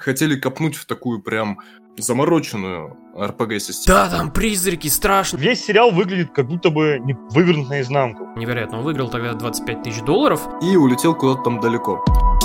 хотели копнуть в такую прям замороченную RPG-систему. Да, там призраки, страшно. Весь сериал выглядит как будто бы вывернут наизнанку. Невероятно, он выиграл тогда $25 тысяч. И улетел куда-то там далеко.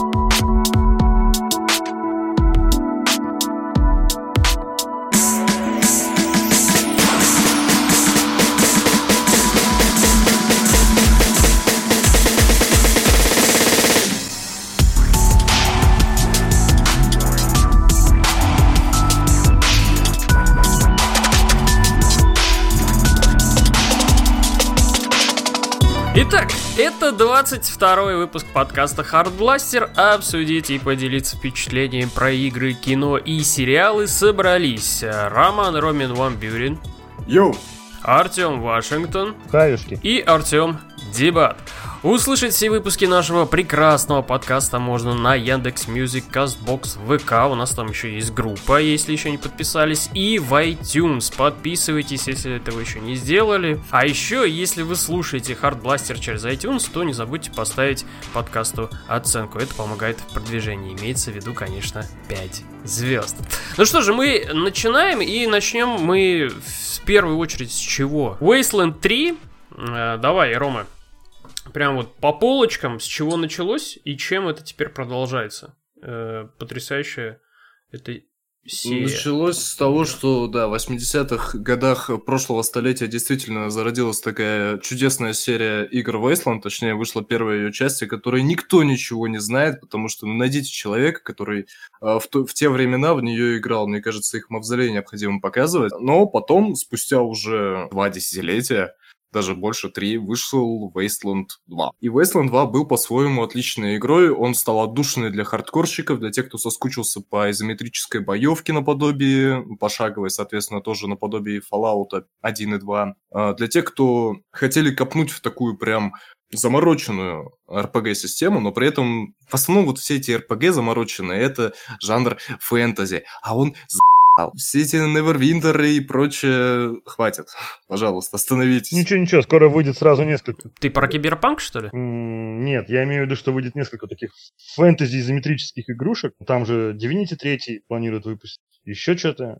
Итак, это 22-й выпуск подкаста Hard Blaster. Обсудить и поделиться впечатлением про игры, кино и сериалы собрались Роман Ромин Ван Бюрен, Йоу! Артем Вашингтон Хаюшки. и Артем Дебат. Услышать все выпуски нашего прекрасного подкаста можно на Яндекс.Мьюзик, Кастбокс, ВК, у нас там еще есть группа, если еще не подписались, и в iTunes. Подписывайтесь, если этого еще не сделали. А еще, если вы слушаете Hard Blaster через iTunes, то не забудьте поставить подкасту оценку, это помогает в продвижении, имеется в виду, конечно, 5 звезд. Ну что же, мы начинаем, и начнем мы в первую очередь с чего? Wasteland 3, давай, Рома. Прям вот по полочкам, с чего началось и чем это теперь продолжается. Потрясающая эта серия. Началось с того, что, да, в 80-х годах прошлого столетия действительно зародилась такая чудесная серия игр Wasteland, точнее, вышла первая ее часть, о которой никто ничего не знает, потому что, найдите человека, который в те времена в нее играл, мне кажется, их мавзолей необходимо показывать, но потом, спустя уже 2 десятилетия, даже больше 3, вышел Wasteland 2. И Wasteland 2 был по-своему отличной игрой, он стал отдушиной для хардкорщиков, для тех, кто соскучился по изометрической боевке наподобие, пошаговой, соответственно, тоже наподобие Fallout 1 и 2. Для тех, кто хотели копнуть в такую прям замороченную RPG-систему, но при этом в основном вот все эти RPG замороченные, это жанр фэнтези, а он все эти Neverwinter и прочее хватит. Пожалуйста, остановитесь. Ничего, скоро выйдет сразу несколько. Ты про Киберпанк, что ли? Нет, я имею в виду, что выйдет несколько таких фэнтези-изометрических игрушек. Там же Divinity 3 планируют выпустить. Еще что-то.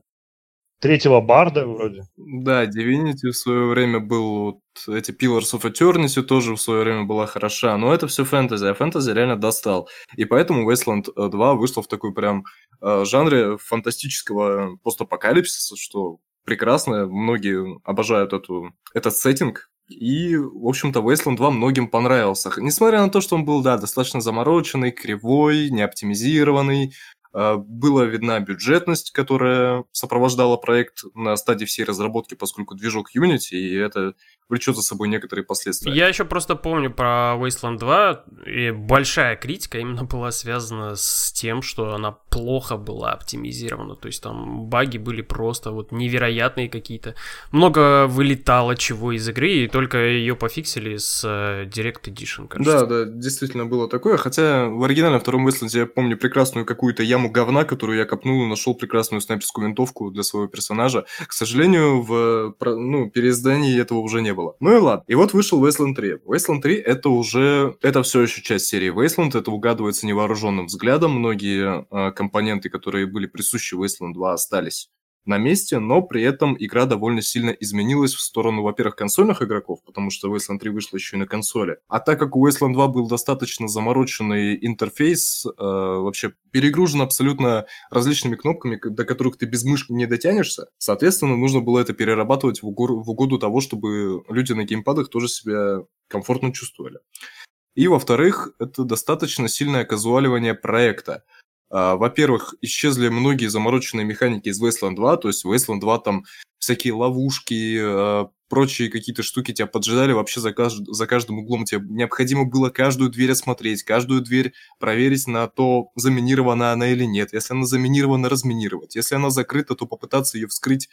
3-го Барда вроде. Да, Divinity в свое время был, эти Pillars of Eternity тоже в свое время была хороша, но это все фэнтези, а фэнтези реально достал. И поэтому Wasteland 2 вышла в такой прям жанре фантастического постапокалипсиса, что прекрасно, многие обожают этот сеттинг. И, в общем-то, Wasteland 2 многим понравился. Несмотря на то, что он был, да, достаточно замороченный, кривой, неоптимизированный, была видна бюджетность, которая сопровождала проект на стадии всей разработки, поскольку движок Unity, и это влечет за собой некоторые последствия. Я еще просто помню про Wasteland 2, и большая критика именно была связана с тем, что она плохо была оптимизирована, то есть там баги были просто вот невероятные какие-то, много вылетало чего из игры, и только ее пофиксили с Direct Edition, кажется. Да, действительно было такое, хотя в оригинальном втором Wasteland я помню прекрасную какую-то яму говна, которую я копнул и нашел прекрасную снайперскую винтовку для своего персонажа. К сожалению, в переиздании этого уже не было. Ну и ладно. И вот вышел Wasteland 3. Wasteland 3 это все еще часть серии Wasteland, это угадывается невооруженным взглядом. Многие компоненты, которые были присущи Wasteland 2, остались на месте, но при этом игра довольно сильно изменилась в сторону, во-первых, консольных игроков, потому что Wasteland 3 вышла еще и на консоли. А так как у Wasteland 2 был достаточно замороченный интерфейс, вообще перегружен абсолютно различными кнопками, до которых ты без мышки не дотянешься, соответственно, нужно было это перерабатывать в угоду того, чтобы люди на геймпадах тоже себя комфортно чувствовали. И, во-вторых, это достаточно сильное казуаливание проекта. Во-первых, исчезли многие замороченные механики из Wasteland 2, то есть в Wasteland 2 там всякие ловушки, прочие какие-то штуки тебя поджидали вообще за каждым углом. Тебе необходимо было каждую дверь осмотреть, каждую дверь проверить на то, заминирована она или нет. Если она заминирована, разминировать. Если она закрыта, то попытаться ее вскрыть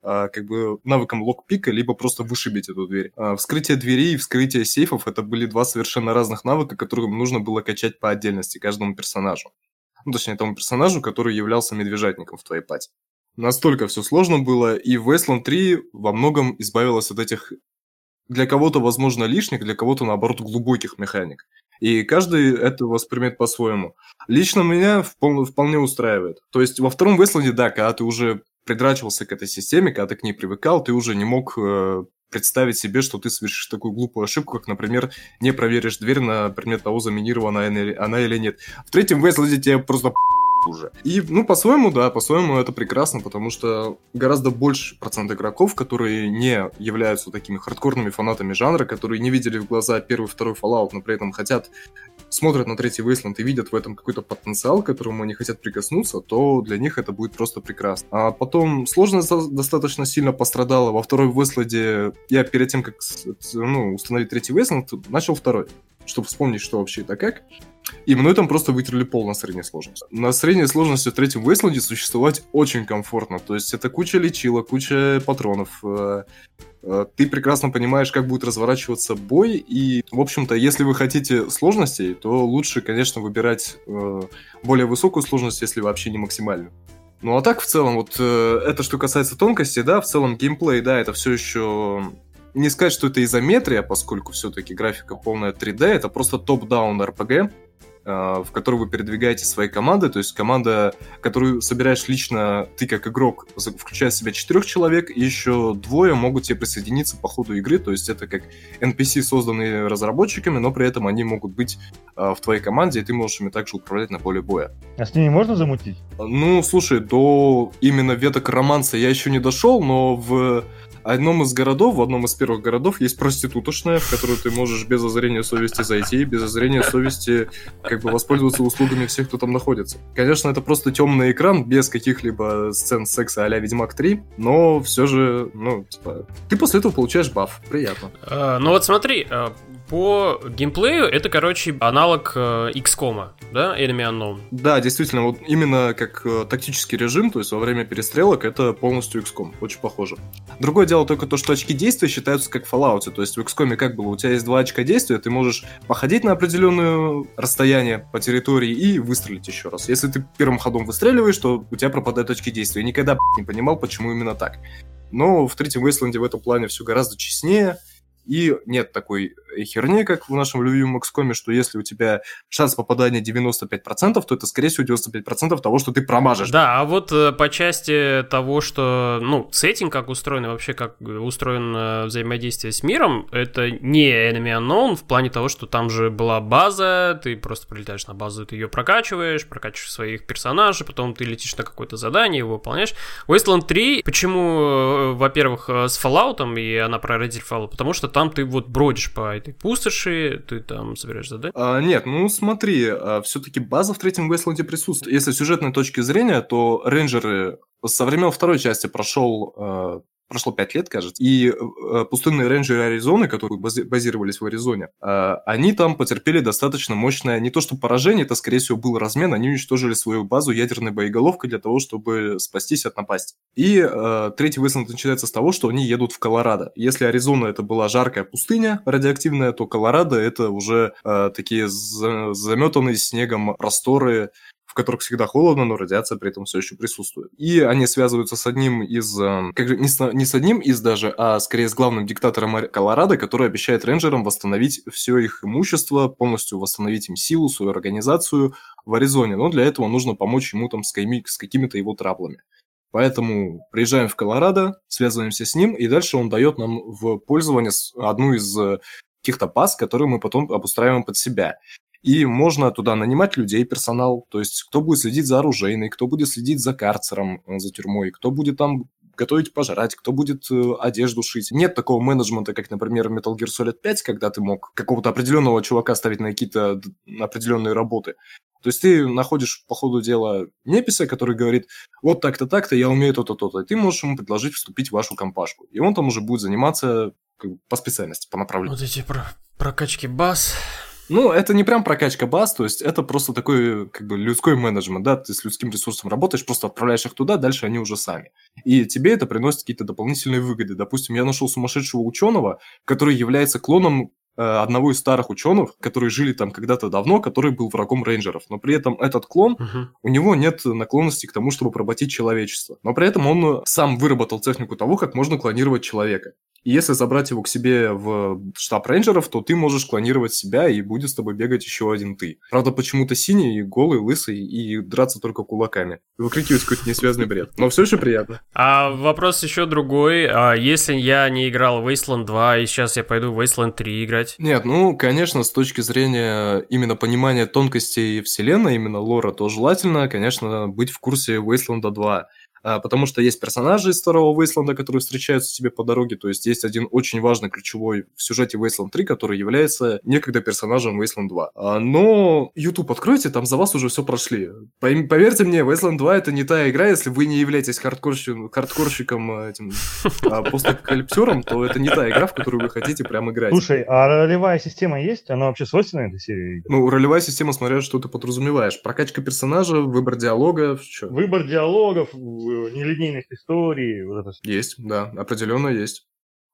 навыком локпика, либо просто вышибить эту дверь. Вскрытие дверей и вскрытие сейфов — это были 2 совершенно разных навыка, которые нужно было качать по отдельности каждому персонажу. Точнее, тому персонажу, который являлся медвежатником в твоей пати. Настолько все сложно было, и Wasteland 3 во многом избавилась от этих, для кого-то, возможно, лишних, для кого-то, наоборот, глубоких механик. И каждый это воспримет по-своему. Лично меня вполне устраивает. То есть во втором Wasteland, да, когда ты уже придрачивался к этой системе, когда ты к ней привыкал, ты уже не мог представить себе, что ты совершишь такую глупую ошибку, как, например, не проверишь дверь на предмет того, заминирована она или нет. В третьем Wasteland тебе просто уже. И, по-своему, да, по-своему это прекрасно, потому что гораздо больше процент игроков, которые не являются такими хардкорными фанатами жанра, которые не видели в глаза первый, второй Fallout, но при этом смотрят на третий Wasteland и видят в этом какой-то потенциал, к которому они хотят прикоснуться, то для них это будет просто прекрасно. А потом сложность достаточно сильно пострадала. Во второй Wasteland я перед тем, как установить третий Wasteland, начал второй, чтобы вспомнить, что вообще это как. И мной там просто вытерли пол на средней сложности. На средней сложности в третьем Wasteland существовать очень комфортно. То есть это куча лечила, куча патронов. Ты прекрасно понимаешь, как будет разворачиваться бой. И, в общем-то, если вы хотите сложностей, то лучше, конечно, выбирать более высокую сложность, если вообще не максимальную. Ну а так, в целом, вот это что касается тонкости, да, в целом геймплей, да, это все еще... Не сказать, что это изометрия, поскольку все-таки графика полная 3D, это просто топ-даун RPG, в которой вы передвигаете свои команды, то есть команда, которую собираешь лично ты как игрок, включая в себя 4 человек, и еще 2 могут тебе присоединиться по ходу игры, то есть это как NPC, созданные разработчиками, но при этом они могут быть в твоей команде, и ты можешь ими также управлять на поле боя. А с ними можно замутить? Ну, слушай, до именно веток романса я еще не дошел, но в одном из первых городов есть проститутошная, в которую ты можешь без зазрения совести зайти, без зазрения совести как бы воспользоваться услугами всех, кто там находится. Конечно, это просто темный экран, без каких-либо сцен секса а-ля Ведьмак 3, но все же, ты после этого получаешь баф. Приятно. Ну вот смотри, по геймплею это, короче, аналог XCOM, да, Enemy Unknown? Да, действительно, вот именно как тактический режим, то есть во время перестрелок, это полностью XCOM, очень похоже. Другое дело только то, что очки действия считаются как в Fallout, то есть в XCOM как было, у тебя есть 2 очка действия, ты можешь походить на определенное расстояние по территории и выстрелить еще раз. Если ты первым ходом выстреливаешь, то у тебя пропадают очки действия. Я никогда не понимал, почему именно так. Но в третьем Wasteland в этом плане все гораздо честнее. И нет такой херни, как в нашем любимом XCOM, что если у тебя шанс попадания 95%, то это, скорее всего, 95% того, что ты промажешь. Да, а вот по части того, что, сеттинг как устроен, и вообще как устроено взаимодействие с миром, это не Enemy Unknown в плане того, что там же была база, ты просто прилетаешь на базу, ты ее прокачиваешь своих персонажей, потом ты летишь на какое-то задание, его выполняешь. Wasteland 3, почему, во-первых, с Fallout, и она прародитель Fallout, потому что там ты вот бродишь по этой пустоши, ты там собираешь задания. Нет, смотри, все-таки база в третьем Wasteland присутствует. Если с сюжетной точки зрения, то рейнджеры со времен второй части прошло 5 лет, кажется, и пустынные рейнджеры Аризоны, которые базировались в Аризоне, они там потерпели достаточно мощное, не то что поражение, это, скорее всего, был размен, они уничтожили свою базу ядерной боеголовкой для того, чтобы спастись от напасти. И третий Wasteland начинается с того, что они едут в Колорадо. Если Аризона это была жаркая пустыня радиоактивная, то Колорадо это уже такие заметанные снегом просторы, в которых всегда холодно, но радиация при этом все еще присутствует. И они связываются с одним из... не с одним из даже, а скорее с главным диктатором Колорадо, который обещает рейнджерам восстановить все их имущество, полностью восстановить им силу, свою организацию в Аризоне. Но для этого нужно помочь ему там с какими-то его траблами. Поэтому приезжаем в Колорадо, связываемся с ним, и дальше он дает нам в пользование одну из каких-то баз, которые мы потом обустраиваем под себя. И можно туда нанимать людей, персонал, то есть кто будет следить за оружейной, кто будет следить за карцером, за тюрьмой, кто будет там готовить пожрать, кто будет одежду шить. Нет такого менеджмента, как, например, в Metal Gear Solid 5, когда ты мог какого-то определенного чувака ставить на какие-то определенные работы. То есть ты находишь по ходу дела неписа, который говорит, вот так-то, я умею то-то, то-то, и ты можешь ему предложить вступить в вашу компашку. И он там уже будет заниматься по специальности, по направлению. Вот эти прокачки баз... это не прям прокачка баз, то есть это просто такой людской менеджмент, да, ты с людским ресурсом работаешь, просто отправляешь их туда, дальше они уже сами. И тебе это приносит какие-то дополнительные выгоды. Допустим, я нашел сумасшедшего ученого, который является клоном одного из старых ученых, которые жили там когда-то давно, который был врагом рейнджеров. Но при этом этот клон, у него нет наклонности к тому, чтобы поработить человечество. Но при этом он сам выработал технику того, как можно клонировать человека. И если забрать его к себе в штаб рейнджеров, то ты можешь клонировать себя, и будет с тобой бегать еще один ты. Правда, почему-то синий, голый, лысый, и драться только кулаками. И выкрикивать какой-то несвязный бред. Но все еще приятно. А вопрос еще другой. Если я не играл в Wasteland 2, и сейчас я пойду в Wasteland 3 играть? Нет, ну, конечно, с точки зрения именно понимания тонкостей вселенной, именно лора, то желательно, конечно, быть в курсе Wasteland 2. Потому что есть персонажи из второго Wasteland, которые встречаются тебе по дороге, то есть есть один очень важный ключевой в сюжете Wasteland 3, который является некогда персонажем Wasteland 2. Но YouTube откройте, там за вас уже все прошли. Поверьте мне, Wasteland 2 это не та игра, если вы не являетесь хардкорщиком, этим постапокалиптером, то это не та игра, в которую вы хотите прям играть. Слушай, а ролевая система есть? Она вообще свойственна этой серии? Ну, ролевая система, смотря что ты подразумеваешь. Прокачка персонажа, выбор диалога, что? Выбор диалогов, нелинейных историй. Вот это. Есть, да, определенно есть.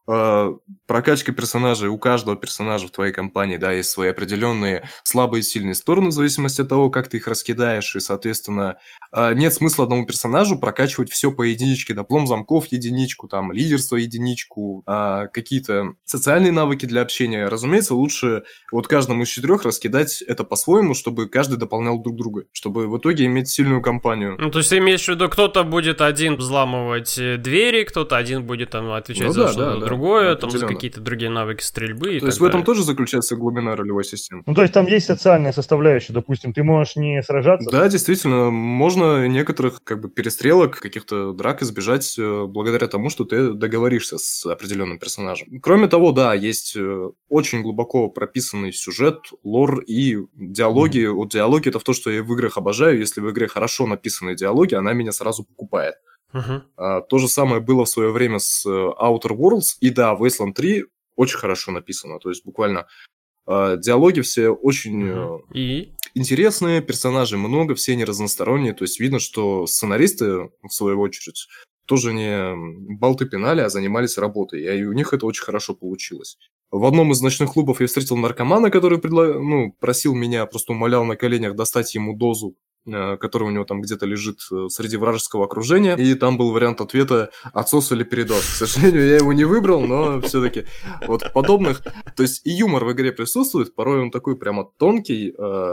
Прокачка персонажей, у каждого персонажа в твоей компании, да, есть свои определенные слабые и сильные стороны в зависимости от того, как ты их раскидаешь, и, соответственно, нет смысла одному персонажу прокачивать все по единичке, диплом замков единичку, там, лидерство единичку, какие-то социальные навыки для общения. Разумеется, лучше вот каждому из 4 раскидать это по-своему, чтобы каждый дополнял друг друга, чтобы в итоге иметь сильную компанию. Ну, то есть ты имеешь в виду, кто-то будет один взламывать двери, кто-то один будет там отвечать за что-то другое, там за какие-то другие навыки стрельбы и то есть в этом тоже заключается глубина ролевой системы. Ну, то есть там есть социальная составляющая, допустим, ты можешь не сражаться? Да, действительно, можно некоторых как бы перестрелок, каких-то драк избежать благодаря тому, что ты договоришься с определенным персонажем. Кроме того, да, есть очень глубоко прописанный сюжет, лор и диалоги. Вот диалоги — это то, что я в играх обожаю. Если в игре хорошо написаны диалоги, она меня сразу покупает. То же самое было в свое время с Outer Worlds. И да, Wasteland 3 очень хорошо написано. То есть буквально диалоги все очень интересные, персонажей много, все они разносторонние. То есть видно, что сценаристы, в свою очередь, тоже не болты пинали, а занимались работой. И у них это очень хорошо получилось. В одном из ночных клубов я встретил наркомана, который просил меня, просто умолял на коленях достать ему дозу, который у него там где-то лежит среди вражеского окружения. И там был вариант ответа «отсос или передоз». К сожалению, я его не выбрал, но все-таки вот подобных... То есть и юмор в игре присутствует, порой он такой прямо тонкий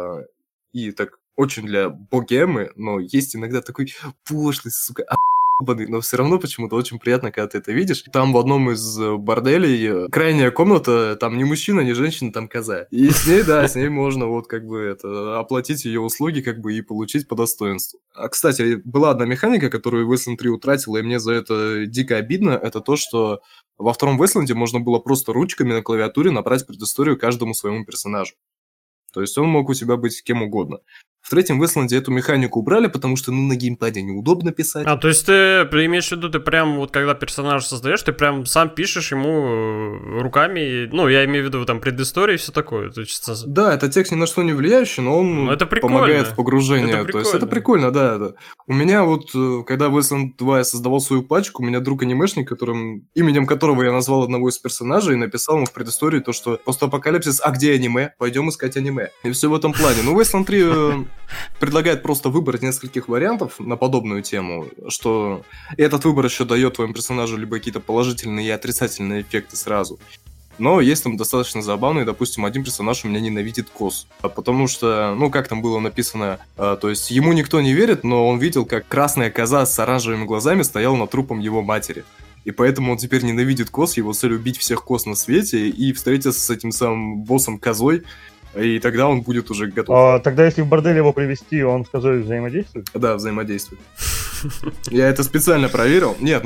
и так очень для богемы, но есть иногда такой пошлый, сука, но все равно почему-то очень приятно, когда ты это видишь. Там в одном из борделей крайняя комната, там не мужчина, не женщина, там коза. И с ней, да, с ней можно вот как бы оплатить ее услуги как бы и получить по достоинству. А, кстати, была одна механика, которую Wasteland 3 утратила, и мне за это дико обидно, это то, что во втором Wasteland можно было просто ручками на клавиатуре набрать предысторию каждому своему персонажу. То есть он мог у тебя быть кем угодно. В третьем Wasteland эту механику убрали, потому что, на геймпаде неудобно писать. То есть ты имеешь в виду, ты прям вот когда персонажа создаешь, ты прям сам пишешь ему руками, я имею в виду там предысторию и все такое. То есть... Да, это текст ни на что не влияющий, но он помогает в погружении. То есть это прикольно, да. У меня вот, когда в Wasteland 2 я создавал свою пачку, у меня друг анимешник, именем которого я назвал одного из персонажей, и написал ему в предыстории то, что постапокалипсис, а где аниме? Пойдем искать аниме. И все в этом плане. Wasteland 3... предлагает просто выбрать нескольких вариантов на подобную тему, что этот выбор еще дает твоему персонажу либо какие-то положительные и отрицательные эффекты сразу. Но есть там достаточно забавные, допустим, один персонаж у меня ненавидит коз, потому что, как там было написано, то есть ему никто не верит, но он видел, как красная коза с оранжевыми глазами стояла над трупом его матери. И поэтому он теперь ненавидит коз, его цель убить всех коз на свете и встретиться с этим самым боссом козой, и тогда он будет уже готов. Тогда, если в бордель его привести, он с козой взаимодействует? Да, взаимодействует. Я это специально проверил. Нет,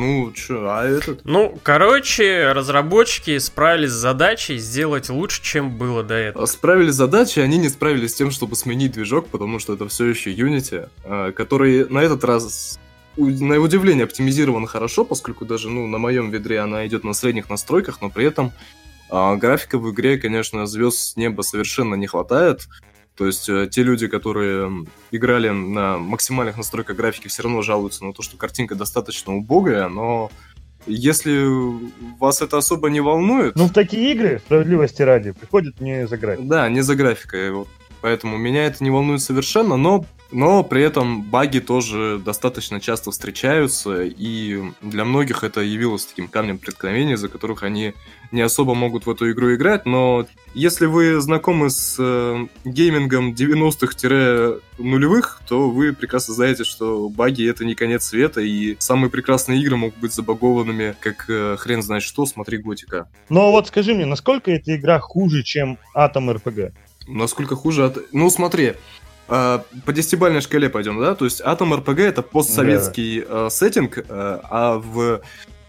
разработчики справились с задачей сделать лучше, чем было до этого. Справились с задачей, они не справились с тем, чтобы сменить движок, потому что это все еще Unity, который на этот раз, на удивление, оптимизирован хорошо, поскольку даже, на моем ведре она идет на средних настройках, но при этом графика в игре, конечно, звезд с неба совершенно не хватает. То есть те люди, которые играли на максимальных настройках графики, все равно жалуются на то, что картинка достаточно убогая, но если вас это особо не волнует... В такие игры, справедливости ради, приходят не за графикой. Да, не за графикой. Поэтому меня это не волнует совершенно, но Но при этом баги тоже достаточно часто встречаются, и для многих это явилось таким камнем преткновения, из-за которых они не особо могут в эту игру играть. Но если вы знакомы с геймингом 90-х-нулевых, то вы прекрасно знаете, что баги — это не конец света, и самые прекрасные игры могут быть забагованными, как хрен знает что, смотри Готика. Но вот скажи мне, насколько эта игра хуже, чем Atom RPG? Насколько хуже? Ну смотри, по 10-бальной шкале пойдем, да? То есть Atom RPG — это постсоветский сеттинг, а в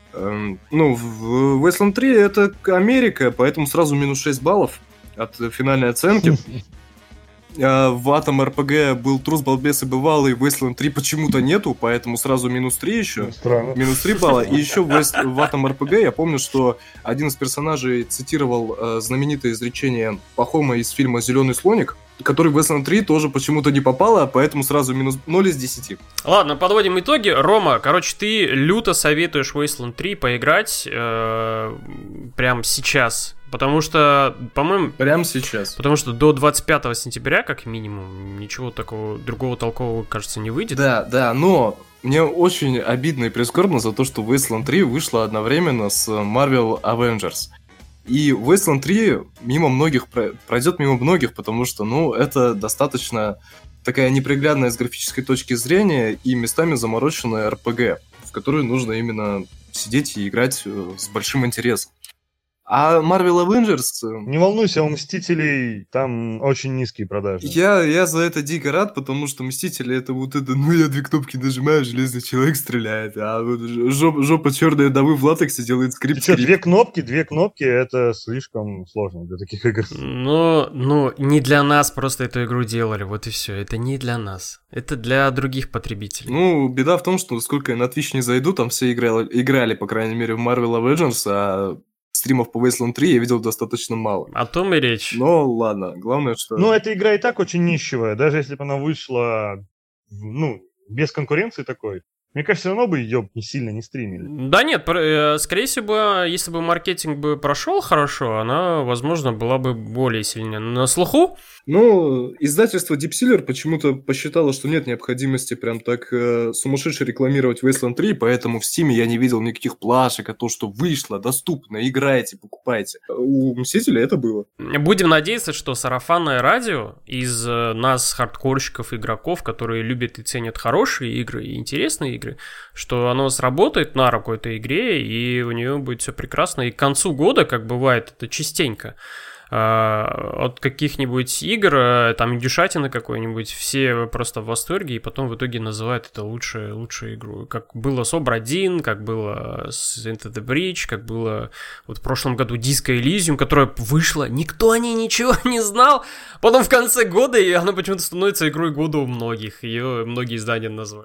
Wasteland 3 это Америка, поэтому сразу минус 6 баллов от финальной оценки. В Atom RPG был трус, балбес и бывалый, в Wasteland 3 почему-то нету, поэтому сразу минус 3 еще. Странно. Минус 3 балла. И еще в Atom RPG я помню, что один из персонажей цитировал знаменитое изречение Пахома из фильма «Зеленый слоник», который в Wasteland 3 тоже почему-то не попало, поэтому сразу минус 0 из 10. Ладно, подводим итоги. Рома, короче, ты люто советуешь Wasteland 3 поиграть прямо сейчас. Потому что, по-моему... Прямо сейчас. Потому что до 25 сентября, как минимум, ничего такого другого толкового, кажется, не выйдет. Да, но мне очень обидно и прискорбно за то, что Wasteland 3 вышла одновременно с Marvel Avengers. И Wasteland 3 пройдет мимо многих, потому что, это достаточно такая неприглядная с графической точки зрения и местами замороченная RPG, в которую нужно именно сидеть и играть с большим интересом. А Marvel Avengers... Не волнуйся, у Мстителей там очень низкие продажи. Я за это дико рад, потому что Мстители это я 2 кнопки нажимаю, железный человек стреляет, а вот жопа черная давы в латексе делает скрипт. Ты что, 2 кнопки это слишком сложно для таких игр. Ну, не для нас просто эту игру делали, вот и все. Это не для нас. Это для других потребителей. Беда в том, что насколько я на Twitch не зайду, там все играли, по крайней мере, в Marvel Avengers, а стримов по Wasteland 3 я видел достаточно мало. О том и речь. Но ладно, главное, что... Эта игра и так очень нищевая. Даже если бы она вышла, без конкуренции такой, мне кажется, все равно бы ее сильно не стримили. Да нет, скорее всего, если бы маркетинг бы прошел хорошо, она, возможно, была бы более сильнее на слуху. Издательство Deep Silver почему-то посчитало, что нет необходимости прям так сумасшедше рекламировать Wasteland 3, поэтому в Steam я не видел никаких плашек, то, что вышло, доступно, играйте, покупайте. У Мстителей это было. Будем надеяться, что сарафанное радио из нас, хардкорщиков, игроков, которые любят и ценят хорошие игры и интересные игры, что оно сработает на руку этой игре, и у нее будет все прекрасно. И к концу года, как бывает это частенько, от каких-нибудь игр, там индюшатины какой-нибудь, все просто в восторге, и потом в итоге называют это лучшую игру. Как было с Obra Dinn, как было с Into the Breach, как было вот в прошлом году Disco Elysium, которая вышла, никто о ней ничего не знал, потом в конце года, и она почему-то становится игрой года у многих, ее многие издания назвали.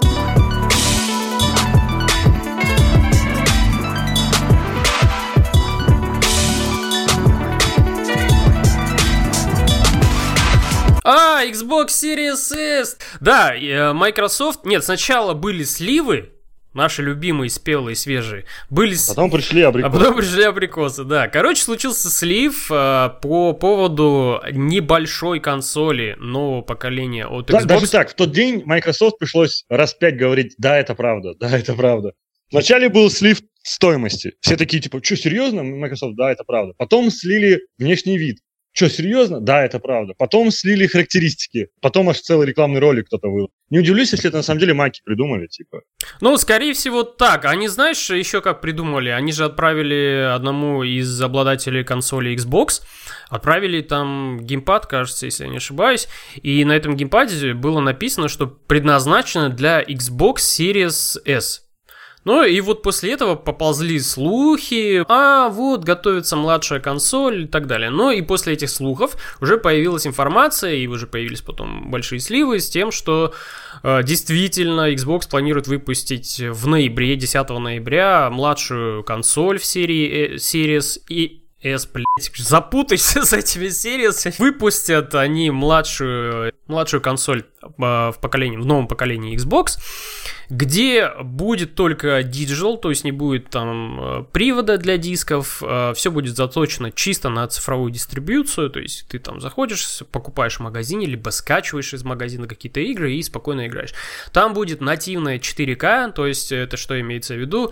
Xbox Series S! Да, Microsoft... Нет, сначала были сливы, наши любимые, спелые, свежие. Потом пришли абрикосы. А потом пришли абрикосы, да. Короче, случился слив по поводу небольшой консоли нового поколения от Xbox. Даже так, в тот день Microsoft пришлось раз 5 говорить, да, это правда, да, это правда. Вначале был слив стоимости. Все такие, типа, что, серьезно? Microsoft, да, это правда. Потом слили внешний вид. Что, серьезно? Да, это правда. Потом слили характеристики. Потом аж целый рекламный ролик кто-то вывел. Не удивлюсь, если это на самом деле маки придумали, типа. Скорее всего, так. Они, знаешь, еще как придумали? Они же отправили одному из обладателей консоли Xbox, отправили там геймпад, кажется, если я не ошибаюсь, и на этом геймпаде было написано, что предназначено для Xbox Series S. И вот после этого поползли слухи, готовится младшая консоль и так далее. И после этих слухов уже появилась информация, и уже появились потом большие сливы с тем, что действительно Xbox планирует выпустить в ноябре, 10 ноября, младшую консоль в серии Series и S, запутайся с этими Series. Выпустят они младшую консоль в новом поколении Xbox, где будет только digital, то есть не будет там привода для дисков, все будет заточено чисто на цифровую дистрибьюцию, то есть ты там заходишь, покупаешь в магазине, либо скачиваешь из магазина какие-то игры и спокойно играешь. Там будет нативная 4К, то есть это что имеется в виду,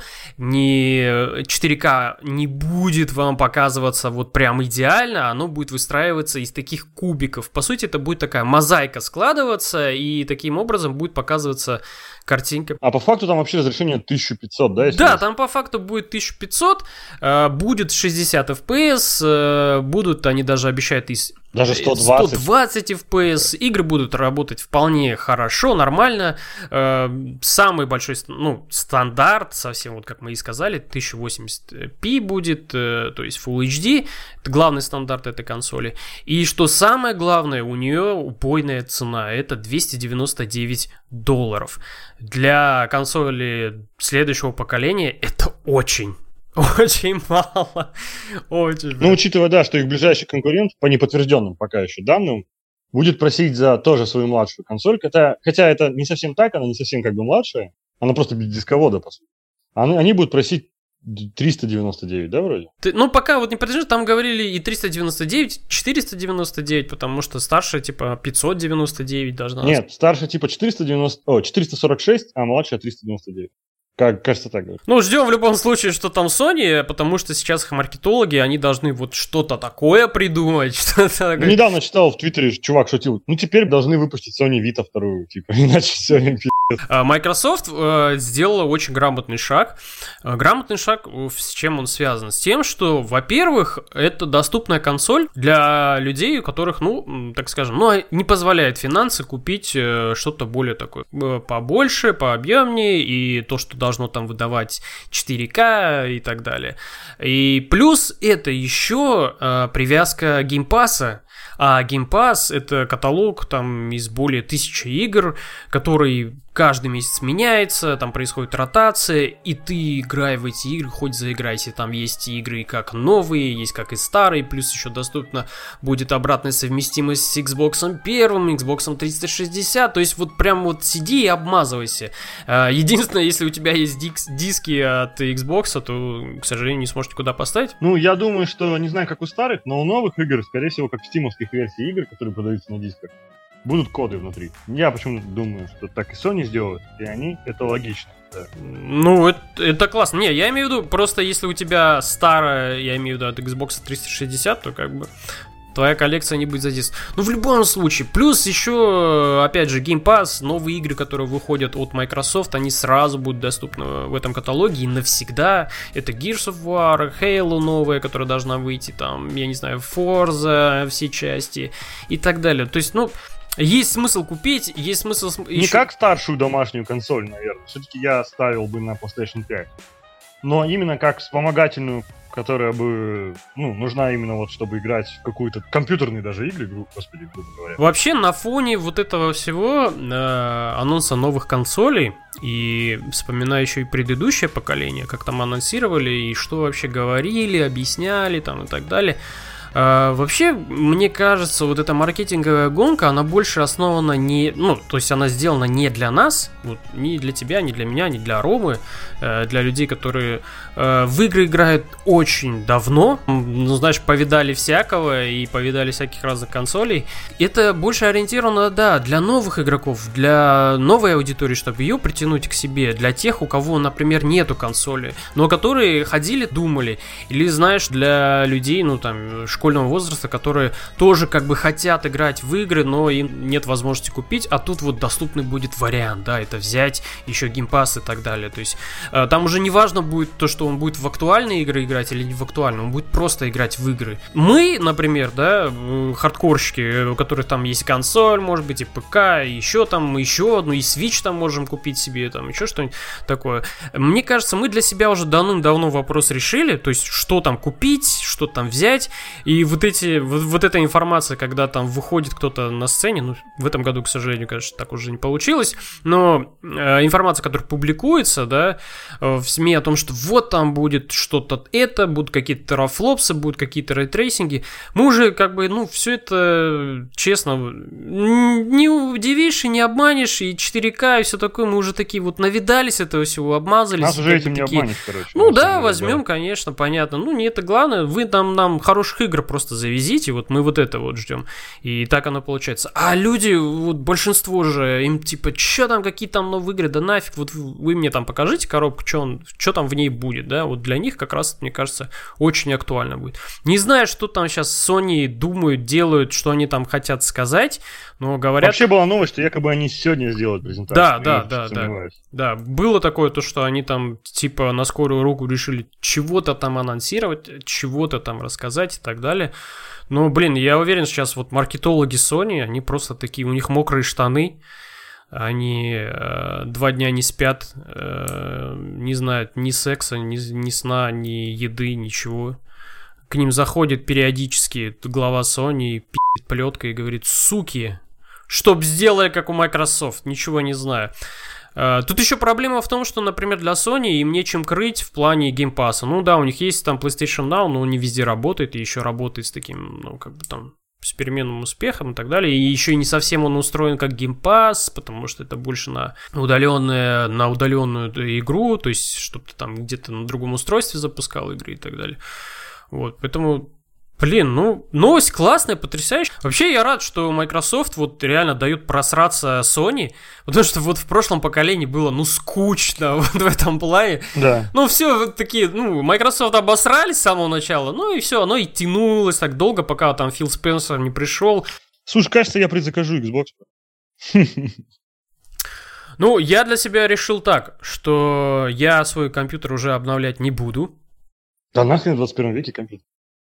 4К не будет вам показываться вот прям идеально, оно будет выстраиваться из таких кубиков. По сути, это будет такая мозаика складываться, и таким образом будет показываться картинка. А по факту там вообще разрешение 1500, да? Да, там по факту будет 1500, будет 60 FPS, будут, они даже обещают даже 120 FPS, игры будут работать вполне хорошо, нормально. Самый большой, стандарт, совсем вот как мы и сказали, 1080p будет, то есть Full HD, это главный стандарт этой консоли. И что самое главное, у нее убойная цена, это $299. Для консоли следующего поколения это очень мало. Очень. Учитывая, да, что их ближайший конкурент, по неподтвержденным пока еще данным, будет просить за тоже свою младшую консоль, хотя это не совсем так, она не совсем как бы младшая, она просто без дисковода, по сути. Они будут просить 399, да, вроде? Пока вот не подтверждено, там говорили и 399, 499, потому что старшая, типа, 599 должна быть. Нет, старшая, типа, 446, а младшая 399. Кажется, так говорит. Ждем в любом случае, что там Sony, потому что сейчас их маркетологи, они должны вот что-то такое придумать. Недавно читал в Твиттере, чувак шутил, теперь должны выпустить Sony Vita вторую, типа, иначе все, пи***ц. Microsoft сделала очень грамотный шаг. Грамотный шаг, с чем он связан? С тем, что, во-первых, это доступная консоль для людей, у которых, так скажем, не позволяет финансы купить что-то более такое побольше, пообъемнее, и то, что должно там выдавать 4К и так далее. И плюс это еще привязка геймпасса. А Game Pass — это каталог там из более 1000 игр, который каждый месяц меняется, там происходит ротация, и ты, играя в эти игры, хоть заиграйся, там есть игры как новые, есть как и старые, плюс еще доступна будет обратная совместимость с Xbox 1, Xbox 360, то есть вот прям вот сиди и обмазывайся. Единственное, если у тебя есть диски от Xbox, то, к сожалению, не сможешь никуда поставить. Я думаю, что, не знаю, как у старых, но у новых игр, скорее всего, как в стимовских версий игр, которые продаются на дисках, будут коды внутри. Я почему-то думаю, что так и Sony сделают, и они, это логично. Да. Это классно. Не, я имею в виду, просто если у тебя старая, я имею в виду от Xbox 360, то как бы твоя коллекция не будет задействована. В любом случае. Плюс еще, опять же, Game Pass, новые игры, которые выходят от Microsoft, они сразу будут доступны в этом каталоге и навсегда. Это Gears of War, Halo новая, которая должна выйти, там, я не знаю, Forza, все части и так далее. То есть, есть смысл купить, есть смысл... Не как старшую домашнюю консоль, наверное. Все-таки я ставил бы на PlayStation 5. Но именно как вспомогательную, которая бы, нужна именно вот, чтобы играть в какую-то компьютерные даже игры, грубо говоря. Вообще, на фоне вот этого всего анонса новых консолей, и вспоминая еще и предыдущее поколение, как там анонсировали, и что вообще говорили, объясняли там и так далее... Вообще, мне кажется, вот эта маркетинговая гонка, она больше основана не... то есть она сделана не для нас, вот, не для тебя, не для меня, не для Ромы, для людей, которые в игры играют очень давно, знаешь, повидали всякого и повидали всяких разных консолей. Это больше ориентировано, да, для новых игроков, для новой аудитории, чтобы ее притянуть к себе, для тех, у кого, например, нету консоли, но которые ходили, думали, или, знаешь, для людей, школьного возраста, которые тоже как бы хотят играть в игры, но им нет возможности купить, а тут вот доступный будет вариант, да, это взять еще геймпасс и так далее, то есть там уже не важно будет то, что он будет в актуальные игры играть или не в актуальные, он будет просто играть в игры. Мы, например, да, хардкорщики, у которых там есть консоль, может быть, и ПК, и еще одну, и Switch там можем купить себе, там еще что-нибудь такое. Мне кажется, мы для себя уже давным-давно вопрос решили, то есть что там купить, что там взять. И вот эта информация, когда там выходит кто-то на сцене, ну, в этом году, к сожалению, конечно, так уже не получилось, но информация, которая публикуется, да, в СМИ о том, что вот там будет что-то это, будут какие-то терафлопсы, будут какие-то рейтрейсинги, мы уже как бы, ну, все это, честно, не удивишь и не обманешь, и 4К, и все такое, мы уже такие вот навидались этого всего, обмазались. Нас уже этим не обманешь, короче. Ну да, возьмем, конечно, понятно. Ну, не это главное, вы там нам хороших игр просто завезите, вот мы вот это вот ждем. И так оно получается. А люди, вот большинство же, им типа, что там, какие там новые игры, да нафиг, вот вы мне там покажите коробку, что там в ней будет, да, вот для них как раз, мне кажется, очень актуально будет. Не знаю, что там сейчас Sony думают, делают, что они там хотят сказать, но говорят... Вообще была новость, что якобы они сегодня сделают презентацию. Да, было такое, то, что они там типа на скорую руку решили чего-то там анонсировать, чего-то там рассказать и так далее. Но, блин, я уверен, сейчас вот маркетологи Sony, они просто такие, у них мокрые штаны, они 2 дня не спят, не знают ни секса, ни сна, ни еды, ничего. К ним заходит периодически глава Sony, пи***т плеткой и говорит: суки, чтоб сделали как у Microsoft, ничего не знаю. Тут еще проблема в том, что, например, для Sony им нечем крыть в плане геймпасса. Ну да, у них есть там PlayStation Now, но он не везде работает, и еще работает с таким, ну, как бы там, с переменным успехом и так далее. И еще и не совсем он устроен как геймпасс, потому что это больше на удаленную игру, то есть, чтобы ты там где-то на другом устройстве запускал игры и так далее. Вот, поэтому... Блин, ну, новость классная, потрясающая. Вообще я рад, что Microsoft вот реально дают просраться Sony, потому что вот в прошлом поколении было, ну, скучно вот в этом плане. Да. Ну, все вот такие, ну, Microsoft обосрались с самого начала, ну и все, оно и тянулось так долго, пока там Фил Спенсер не пришел. Слушай, кажется, я предзакажу Xbox. Ну, я для себя решил так, что я свой компьютер уже обновлять не буду. Да нахрен в 21 веке компьютер?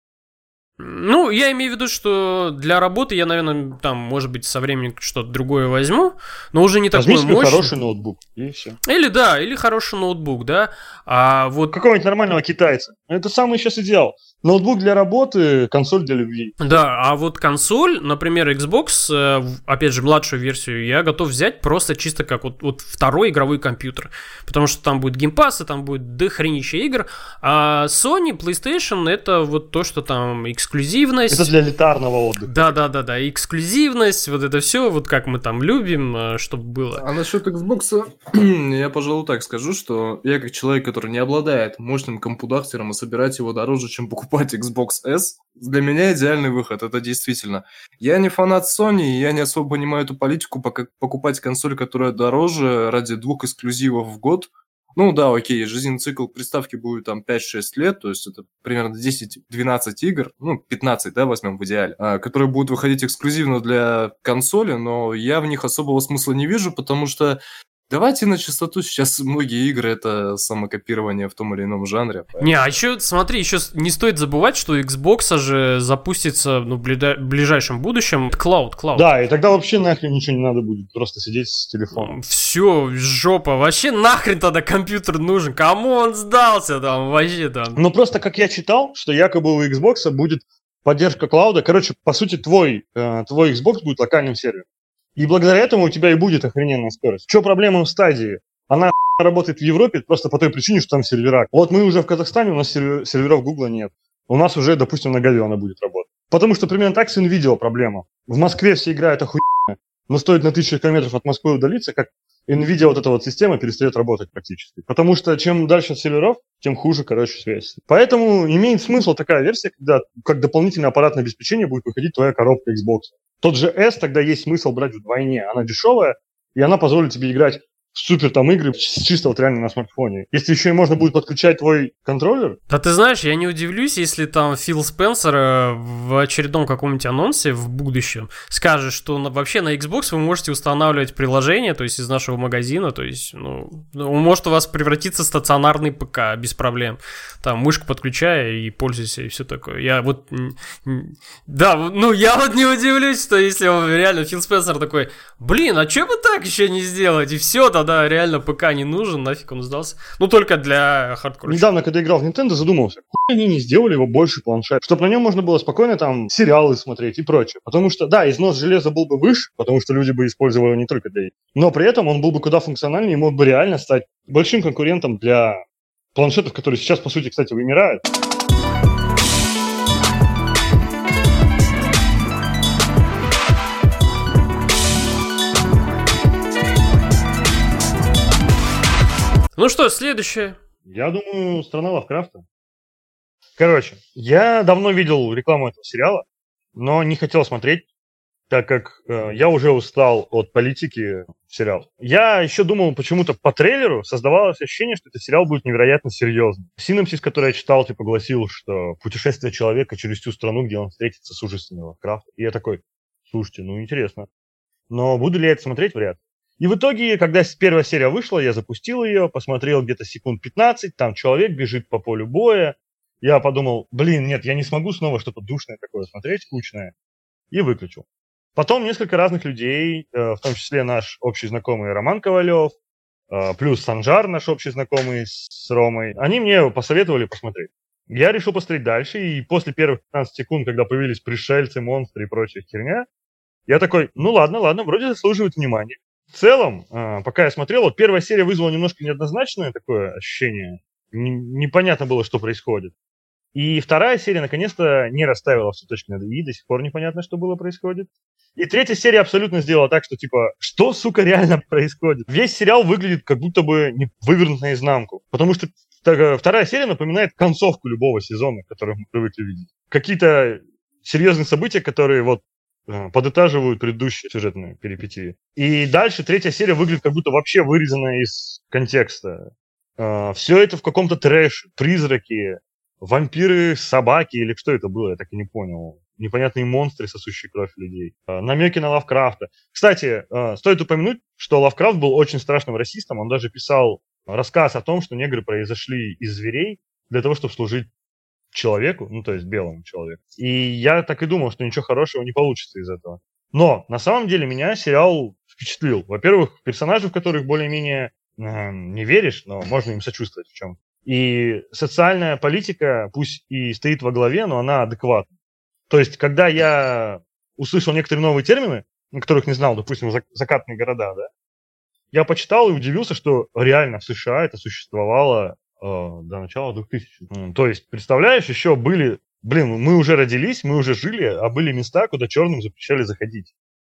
Ну, я имею в виду, что для работы я, наверное, там, может быть, со временем что-то другое возьму, но уже не такой мощный. Возьми хороший ноутбук, и все. Или хороший ноутбук, да. А вот... Какого-нибудь нормального китайца. Это самый сейчас идеал. Ноутбук для работы, консоль для любви. Да, а вот консоль, например, Xbox, опять же, младшую версию, я готов взять просто чисто как вот второй игровой компьютер. Потому что там будет геймпасс, и там будет дохренища игр. А Sony, PlayStation, это вот то, что там эксклюзивность. Это для элитарного отдыха. Да, эксклюзивность, вот это все, вот как мы там любим, чтобы было. А насчет Xbox, я, пожалуй, так скажу, что я как человек, который не обладает мощным компьютером, и собирать его дороже, чем покупать Xbox S, для меня идеальный выход, это действительно. Я не фанат Sony, и я не особо понимаю эту политику, покупать консоль, которая дороже, ради 2 эксклюзивов в год. Ну да, окей, жизненный цикл приставки будет там 5-6 лет, то есть это примерно 10-12 игр, ну 15, да, возьмем в идеале, которые будут выходить эксклюзивно для консоли, но я в них особого смысла не вижу, потому что давайте на чистоту, сейчас многие игры это самокопирование в том или ином жанре. Поэтому... Не, а еще, смотри, еще не стоит забывать, что Xbox же запустится в ближайшем будущем Cloud. Да, и тогда вообще нахрен ничего не надо будет, просто сидеть с телефоном. Все, жопа, вообще нахрен тогда компьютер нужен, кому он сдался там, вообще там. Ну просто как я читал, что якобы у Xbox будет поддержка клауда, короче, по сути твой Xbox будет локальным сервером. И благодаря этому у тебя и будет охрененная скорость. Что проблема в стадии? Она работает в Европе просто по той причине, что там сервера. Вот мы уже в Казахстане, у нас серверов Гугла нет. У нас уже, допустим, на Гале она будет работать. Потому что примерно так с NVIDIA проблема. В Москве все играют охуенно, но стоит на 1000 километров от Москвы удалиться, как NVIDIA вот эта вот система перестает работать практически. Потому что чем дальше от серверов, тем хуже, короче, связь. Поэтому имеет смысл такая версия, когда как дополнительное аппаратное обеспечение будет выходить твоя коробка Xbox. Тот же S тогда есть смысл брать вдвойне. Она дешевая, и она позволит тебе играть в супер там игры чисто вот реально на смартфоне. Если еще и можно будет подключать твой контроллер. Да ты знаешь, я не удивлюсь, если там Фил Спенсер в очередном каком-нибудь анонсе в будущем скажет, что вообще на Xbox вы можете устанавливать приложение, то есть из нашего магазина, то есть, может у вас превратиться в стационарный ПК без проблем. Там мышку подключая и пользуйся, и все такое. Я вот не удивлюсь, что если он реально Фил Спенсер такой, блин, а что бы так еще не сделать? И все, тогда когда реально ПК не нужен, нафиг он сдался. Ну, только для хардкора. Недавно, когда играл в Nintendo, задумался, хуй они не сделали его больше планшет, чтобы на нем можно было спокойно там сериалы смотреть и прочее. Потому что, да, износ железа был бы выше, потому что люди бы использовали его не только для игр, но при этом он был бы куда функциональнее и мог бы реально стать большим конкурентом для планшетов, которые сейчас, по сути, кстати, вымирают. Ну что, следующее? Я думаю, «Страна Лавкрафта». Короче, я давно видел рекламу этого сериала, но не хотел смотреть, так как я уже устал от политики сериала. Я еще думал, почему-то по трейлеру создавалось ощущение, что этот сериал будет невероятно серьезным. Синопсис, который я читал, типа гласил, что путешествие человека через всю страну, где он встретится с ужасами Лавкрафта. И я такой, слушайте, ну интересно. Но буду ли я это смотреть? Вряд ли. И в итоге, когда первая серия вышла, я запустил ее, посмотрел где-то секунд 15, там человек бежит по полю боя. Я подумал, нет, я не смогу снова что-то душное такое смотреть, скучное. И выключил. Потом несколько разных людей, в том числе наш общий знакомый Роман Ковалев, плюс Санжар, наш общий знакомый с Ромой, они мне посоветовали посмотреть. Я решил посмотреть дальше, и после первых 15 секунд, когда появились пришельцы, монстры и прочая херня, я такой, ну ладно, вроде заслуживает внимания. В целом, пока я смотрел, вот первая серия вызвала немножко неоднозначное такое ощущение. Непонятно было, что происходит. И вторая серия, наконец-то, не расставила все точки над «и», до сих пор непонятно, что было происходит. И третья серия абсолютно сделала так, что, типа, что, сука, реально происходит? Весь сериал выглядит как будто бы не вывернут наизнанку. Потому что вторая серия напоминает концовку любого сезона, который мы привыкли видеть. Какие-то серьезные события, которые вот подытаживают предыдущие сюжетные перипетии. И дальше третья серия выглядит как будто вообще вырезанная из контекста. Все это в каком-то трэше. Призраки, вампиры, собаки или что это было, я так и не понял. Непонятные монстры, сосущие кровь людей. Намеки на Лавкрафта. Кстати, стоит упомянуть, что Лавкрафт был очень страшным расистом. Он даже писал рассказ о том, что негры произошли из зверей для того, чтобы служить человеку, ну то есть белому человеку. И я так и думал, что ничего хорошего не получится из этого. Но на самом деле меня сериал впечатлил. Во-первых, персонажи, в которых более-менее не веришь, но можно им сочувствовать в чем. И социальная политика, пусть и стоит во главе, но она адекватна. То есть, когда я услышал некоторые новые термины, которых не знал, допустим, закатные города, да, я почитал и удивился, что реально в США это существовало до начала 2000-х. То есть, представляешь, еще были... мы уже родились, мы уже жили, а были места, куда черным запрещали заходить.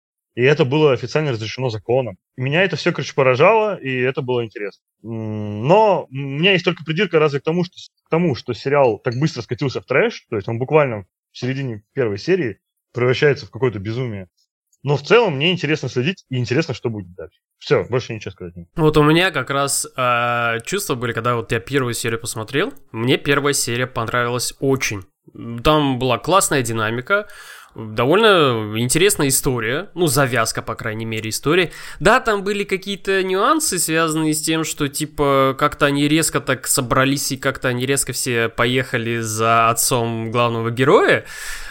И это было официально разрешено законом. И меня это все, поражало, и это было интересно. Но у меня есть только придирка разве к тому, что сериал так быстро скатился в трэш, то есть он буквально в середине первой серии превращается в какое-то безумие. Но в целом мне интересно следить, и интересно, что будет дальше. Все, больше ничего сказать не могу. Вот у меня как раз чувства были, когда вот я первую серию посмотрел. Мне первая серия понравилась очень. Там была классная динамика, довольно интересная история, ну, завязка, по крайней мере, истории. Да, там были какие-то нюансы, связанные с тем, что, типа, как-то они резко так собрались, и как-то они резко все поехали за отцом главного героя.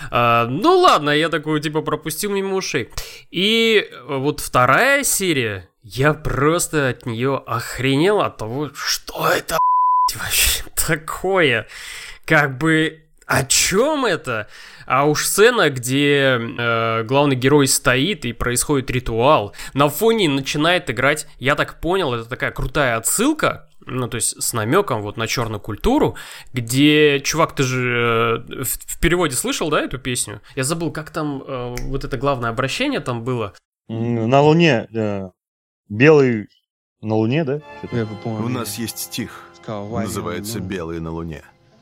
Ну, ладно, я такую, типа, пропустил мимо ушей. И вот вторая серия, я просто от нее охренел от того, что это, вообще такое. Как бы... О чем это? А уж сцена, где главный герой стоит и происходит ритуал, на фоне начинает играть, я так понял, это такая крутая отсылка, ну то есть с намеком вот на черную культуру, где, чувак, ты же в переводе слышал, да, эту песню? Я забыл, как там вот это главное обращение там было. На Луне, белый на Луне, да? У нас есть стих, называется «Белый на Луне».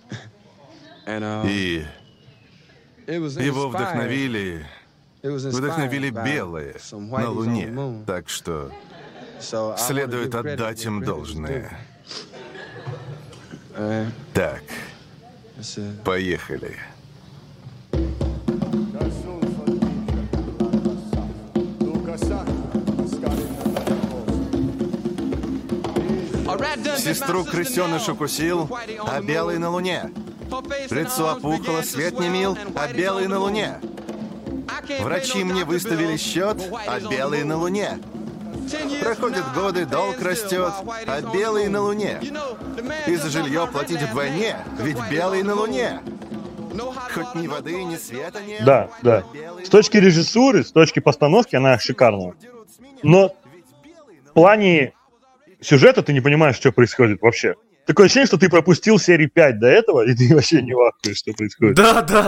И его вдохновили белые на Луне, так что следует отдать им должное. Так, поехали. Сестру крысеныш укусил, а белый на Луне. Лицо опухло, свет не мил, а белый на Луне. Врачи мне выставили счет, а белый на Луне. Проходят годы, долг растет, а белый на Луне. И за жилье платить вдвойне, ведь белый на Луне. Хоть ни воды, ни света нет. Да, да. С точки режиссуры, с точки постановки она шикарная. Но в плане сюжета ты не понимаешь, что происходит вообще. Такое ощущение, что ты пропустил серии 5 до этого, и ты вообще не вахуешь, что происходит.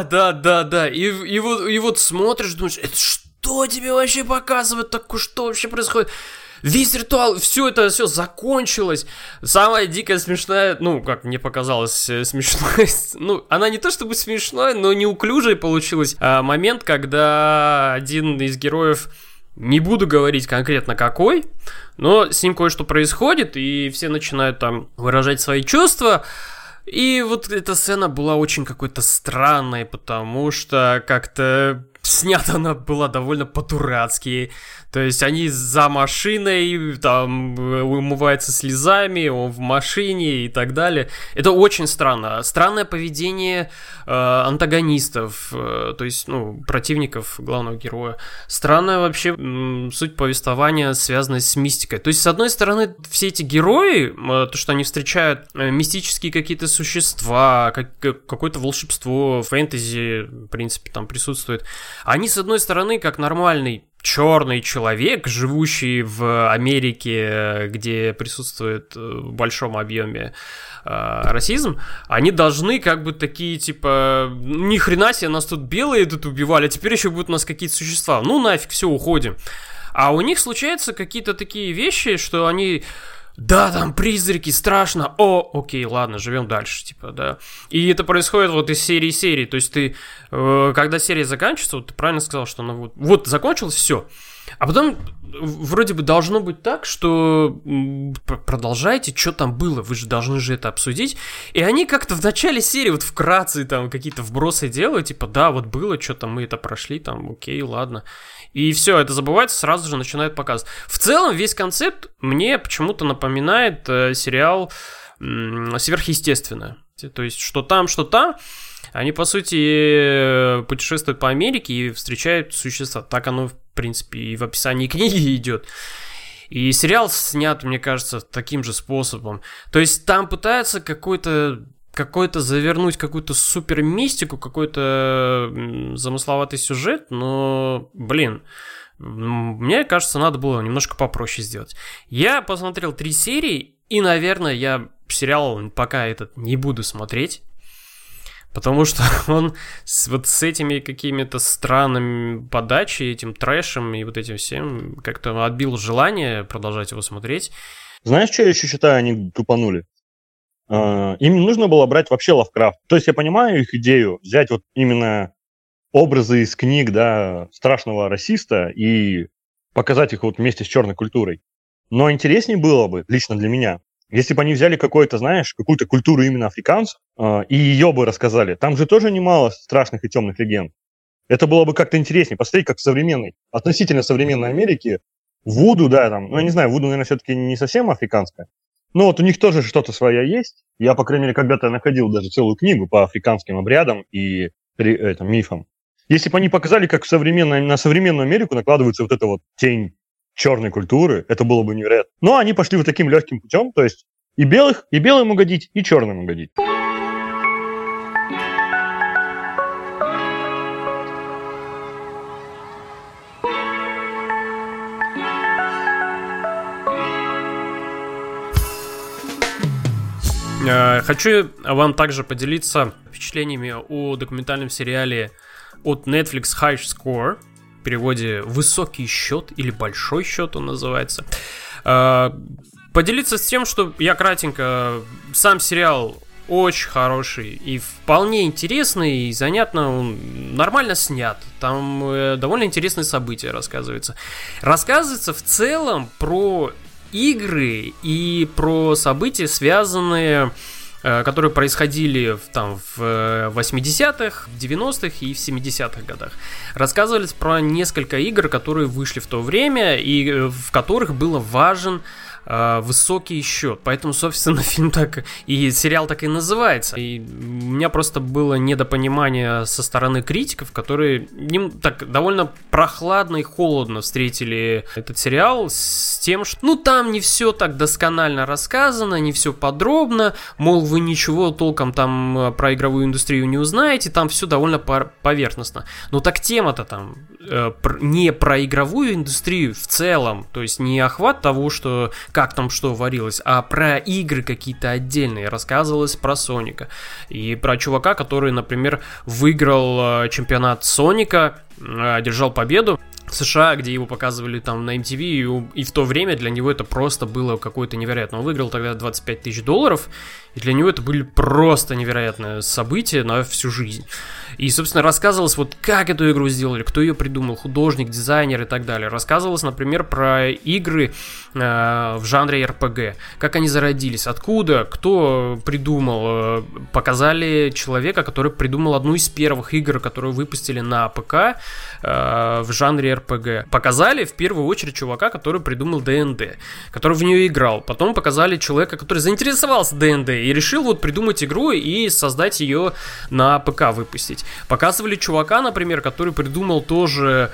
Да. И вот смотришь, думаешь, это что тебе вообще показывают? Такое, что вообще происходит? Весь ритуал, все закончилось. Самая дикая смешная, ну, как мне показалось, смешная, ну, она не то чтобы смешная, но неуклюжая получилась. Момент, когда один из героев, не буду говорить конкретно какой, но с ним кое-что происходит, и все начинают там выражать свои чувства. И вот эта сцена была очень какой-то странной, потому что как-то снята она была довольно по-дурацки. То есть они за машиной, там, умываются слезами, он в машине и так далее. Это очень странно. Странное поведение антагонистов, то есть, ну, противников главного героя. Странная вообще суть повествования, связанная с мистикой. То есть, с одной стороны, все эти герои, то, что они встречают мистические какие-то существа, какое-то волшебство, фэнтези, в принципе, там присутствует. Они, с одной стороны, как нормальный черный человек, живущий в Америке, где присутствует в большом объеме расизм, они должны как бы такие, типа, ни хрена себе, нас тут белые тут убивали, а теперь еще будут у нас какие-то существа. Ну нафиг, все, уходим. А у них случаются какие-то такие вещи, что они... Да, там призраки, страшно. Окей, ладно, живем дальше, типа, да. И это происходит вот из серии в серии. То есть ты, когда серия заканчивается, вот ты правильно сказал, что она вот закончилась, все. А потом вроде бы должно быть так, что продолжайте, что там было, вы же должны же это обсудить. И они как-то в начале серии вот вкратце там какие-то вбросы делают, типа, да, вот было, что-то мы это прошли, там, окей, ладно. И все, это забывается, сразу же начинают показывать. В целом, весь концепт мне почему-то напоминает сериал «Сверхъестественное». То есть, что там, они, по сути, путешествуют по Америке и встречают существа. Так оно, в принципе, и в описании книги идет. И сериал снят, мне кажется, таким же способом. То есть, там пытаются какой-то завернуть какую-то супер мистику, какой-то замысловатый сюжет, но, блин, мне кажется, надо было немножко попроще сделать. Я посмотрел 3 серии, и, наверное, я сериал пока этот не буду смотреть, потому что он вот с этими какими-то странными подачей, этим трэшем и вот этим всем как-то отбил желание продолжать его смотреть. Знаешь, что я еще считаю, они тупанули? Им не нужно было брать вообще Лавкрафт. То есть я понимаю их идею, взять вот именно образы из книг, да, страшного расиста и показать их вот вместе с черной культурой. Но интереснее было бы, лично для меня, если бы они взяли какую-то культуру именно африканцев и ее бы рассказали. Там же тоже немало страшных и темных легенд. Это было бы как-то интереснее. Посмотреть, как в относительно современной Америке вуду, да, там, ну я не знаю, вуду, наверное, все-таки не совсем африканская. Ну вот у них тоже что-то свое есть. Я, по крайней мере, когда-то находил даже целую книгу по африканским обрядам и мифам. Если бы они показали, как на современную Америку накладывается вот эта вот тень черной культуры, это было бы невероятно. Но они пошли вот таким легким путем, то есть и белым угодить, и черным угодить. Хочу вам также поделиться впечатлениями о документальном сериале от Netflix High Score, в переводе «Высокий счет» или «Большой счет» он называется. Поделиться с тем, что я кратенько, сам сериал очень хороший и вполне интересный и занятно, он нормально снят, там довольно интересные события рассказываются. Рассказывается в целом про игры и про события, связанные, которые происходили в 80-х, в 90-х и в 70-х годах. Рассказывались про несколько игр, которые вышли в то время и в которых был важен высокий счет. Поэтому, собственно, фильм так и сериал так и называется. И у меня просто было недопонимание со стороны критиков, которые так довольно прохладно и холодно встретили этот сериал с тем, что там не все так досконально рассказано, не все подробно, мол, вы ничего толком там про игровую индустрию не узнаете, там все довольно поверхностно. Но так тема-то там не про игровую индустрию в целом, то есть не охват того, что как там что варилось, а про игры какие-то отдельные. Рассказывалось про Соника и про чувака, который, например, выиграл чемпионат Соника, одержал победу в США, где его показывали там на MTV, и в то время для него это просто было какое-то невероятное. Он выиграл тогда $25 тысяч, и для него это были просто невероятное событие на всю жизнь. И, собственно, рассказывалось, вот как эту игру сделали, кто ее придумал, художник, дизайнер и так далее. Рассказывалось, например, про игры в жанре RPG, как они зародились, откуда, кто придумал. Показали человека, который придумал одну из первых игр, которую выпустили на ПК в жанре RPG. Показали в первую очередь чувака, который придумал ДНД, который в нее играл. Потом показали человека, который заинтересовался ДНД и решил вот придумать игру и создать ее на ПК выпустить. Показывали чувака, например, который придумал тоже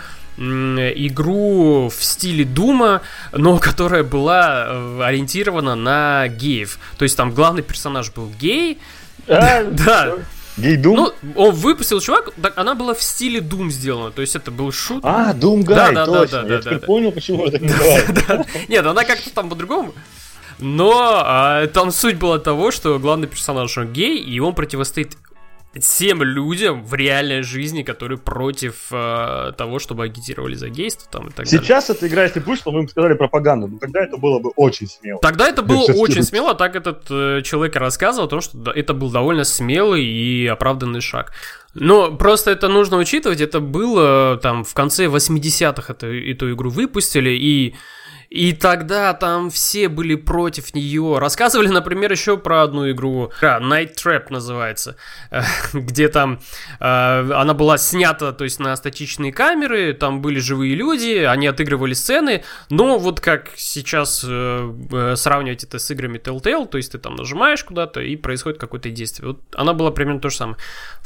игру в стиле Дума, но которая была ориентирована на геев. То есть там главный персонаж был гей. Да. Гей-дум? Ну, он выпустил чувак, так она была в стиле Doom сделана, то есть это был шут. Doom Guy, точно. Я теперь понял, почему это так называется. Нет, она как-то там по-другому. Но там суть была того, что главный персонаж он гей, и он противостоит всем людям в реальной жизни, которые против того, чтобы агитировали за гейство там, и так далее. Сейчас эта игра, если будешь, по-моему, сказали пропаганду, но тогда это было бы очень смело. Тогда это было очень смело, так этот человек рассказывал о том, что это был довольно смелый и оправданный шаг. Но просто это нужно учитывать, это было там в конце 80-х эту игру выпустили, и тогда там все были против нее. Рассказывали, например, еще про одну игру. Night Trap называется. Где там она была снята, то есть на статичные камеры. Там были живые люди, они отыгрывали сцены. Но вот как сейчас сравнивать это с играми Telltale, то есть ты там нажимаешь куда-то и происходит какое-то действие. Вот она была примерно то же самое.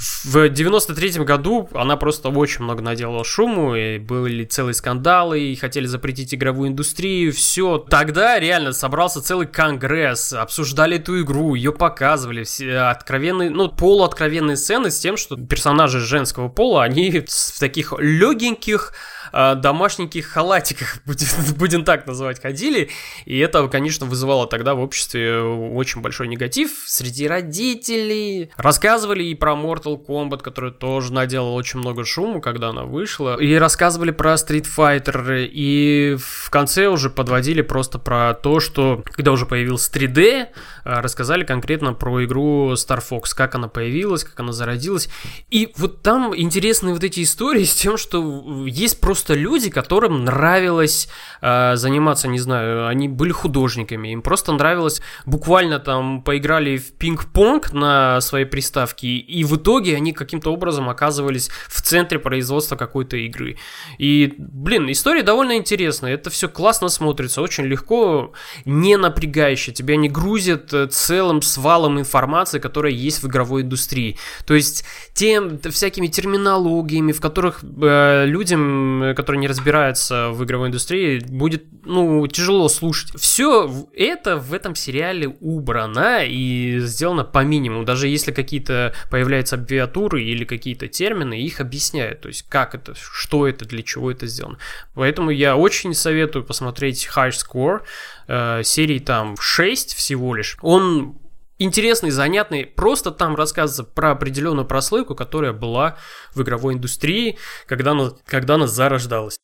В 93-м году она просто очень много наделала шуму. И были целые скандалы, и хотели запретить игровую индустрию. Все. Тогда реально собрался целый конгресс, обсуждали эту игру, ее показывали, все откровенные, полуоткровенные сцены с тем, что персонажи женского пола, они в таких легеньких домашненьких халатиках, будем так называть, ходили, и это, конечно, вызывало тогда в обществе очень большой негатив среди родителей. Рассказывали и про Mortal Kombat, который тоже наделал очень много шума, когда она вышла, и рассказывали про Street Fighter, и в конце уже подводили просто про то, что когда уже появился 3D, рассказали конкретно про игру Star Fox, как она появилась, как она зародилась, и вот там интересные вот эти истории с тем, что есть просто люди, которым нравилось заниматься, не знаю, они были художниками, им просто нравилось, буквально там поиграли в пинг-понг на своей приставке, и в итоге они каким-то образом оказывались в центре производства какой-то игры. И, история довольно интересная, это все классно смотрится, очень легко, не напрягающе, тебя не грузят целым свалом информации, которая есть в игровой индустрии. То есть тем всякими терминологиями, в которых людям, которые не разбираются в игровой индустрии, будет, тяжело слушать. Все это в этом сериале убрано и сделано по минимуму. Даже если какие-то появляются аббревиатуры или какие-то термины, их объясняют. То есть, как это, что это, для чего это сделано. Поэтому я очень советую посмотреть High Score. Серий там 6 всего лишь. Он интересный, занятный, просто там рассказывается про определенную прослойку, которая была в игровой индустрии, когда она зарождалась.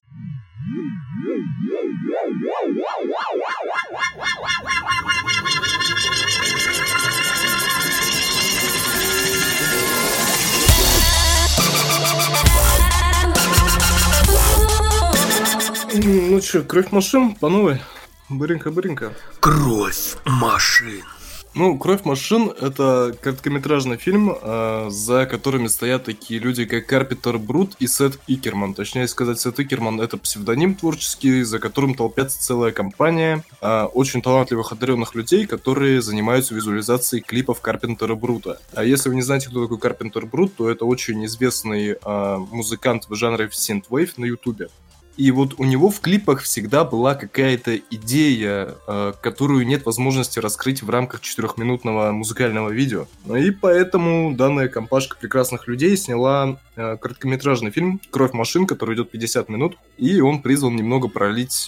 Ну что, кровь машин по новой? Быренько-быренько. Кровь машин. Ну, «Кровь машин» — это короткометражный фильм, за которыми стоят такие люди, как Карпентер Брут и Сет Икерман. Точнее сказать, Сет Икерман — это псевдоним творческий, за которым толпятся целая компания очень талантливых, одаренных людей, которые занимаются визуализацией клипов Карпентера Брута. А если вы не знаете, кто такой Карпентер Брут, то это очень известный музыкант в жанре синтвейв на Ютубе. И вот у него в клипах всегда была какая-то идея, которую нет возможности раскрыть в рамках 4-минутного музыкального видео. И поэтому данная компашка прекрасных людей сняла короткометражный фильм «Кровь машин», который идет 50 минут, и он призван немного пролить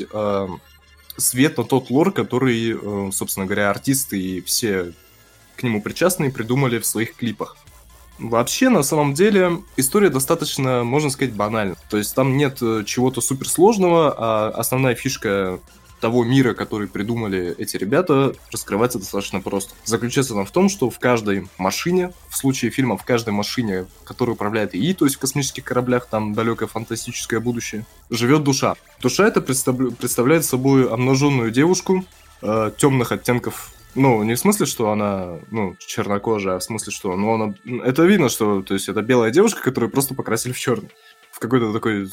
свет на тот лор, который, собственно говоря, артисты и все к нему причастные придумали в своих клипах. Вообще, на самом деле, история достаточно, можно сказать, банальна. То есть там нет чего-то суперсложного, а основная фишка того мира, который придумали эти ребята, раскрывается достаточно просто. Заключается она в том, что в каждой машине, в случае фильма, в каждой машине, которая управляет ИИ, то есть в космических кораблях, там далекое фантастическое будущее, живет душа. Душа это представляет собой обнаженную девушку темных оттенков. Ну, не в смысле, что она, чернокожая, а в смысле, что, она... Это видно, что, то есть, это белая девушка, которую просто покрасили в черный. В какой-то такой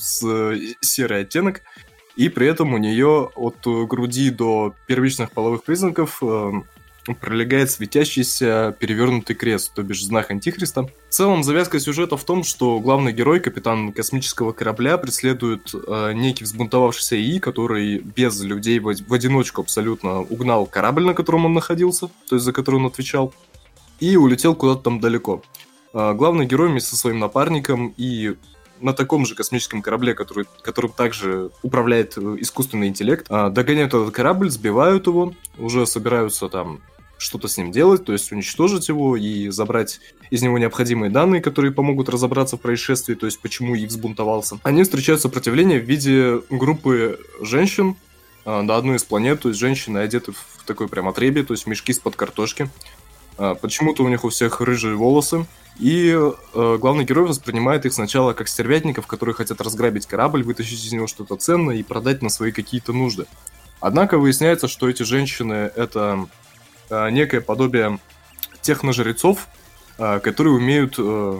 серый оттенок. И при этом у нее от груди до первичных половых признаков пролегает светящийся перевернутый крест, то бишь знак Антихриста. В целом, завязка сюжета в том, что главный герой, капитан космического корабля, преследует некий взбунтовавшийся ИИ, который без людей в одиночку абсолютно угнал корабль, на котором он находился, то есть за который он отвечал, и улетел куда-то там далеко. Главный герой вместе со своим напарником и на таком же космическом корабле, которым также управляет искусственный интеллект, догоняют этот корабль, сбивают его, уже собираются там что-то с ним делать, то есть уничтожить его и забрать из него необходимые данные, которые помогут разобраться в происшествии, то есть почему их взбунтовался. Они встречают сопротивление в виде группы женщин на одной из планет, то есть женщины одеты в такой прям отребье, то есть мешки из-под картошки. Почему-то у них у всех рыжие волосы. И главный герой воспринимает их сначала как стервятников, которые хотят разграбить корабль, вытащить из него что-то ценное и продать на свои какие-то нужды. Однако выясняется, что эти женщины — это некое подобие техножрецов, которые умеют,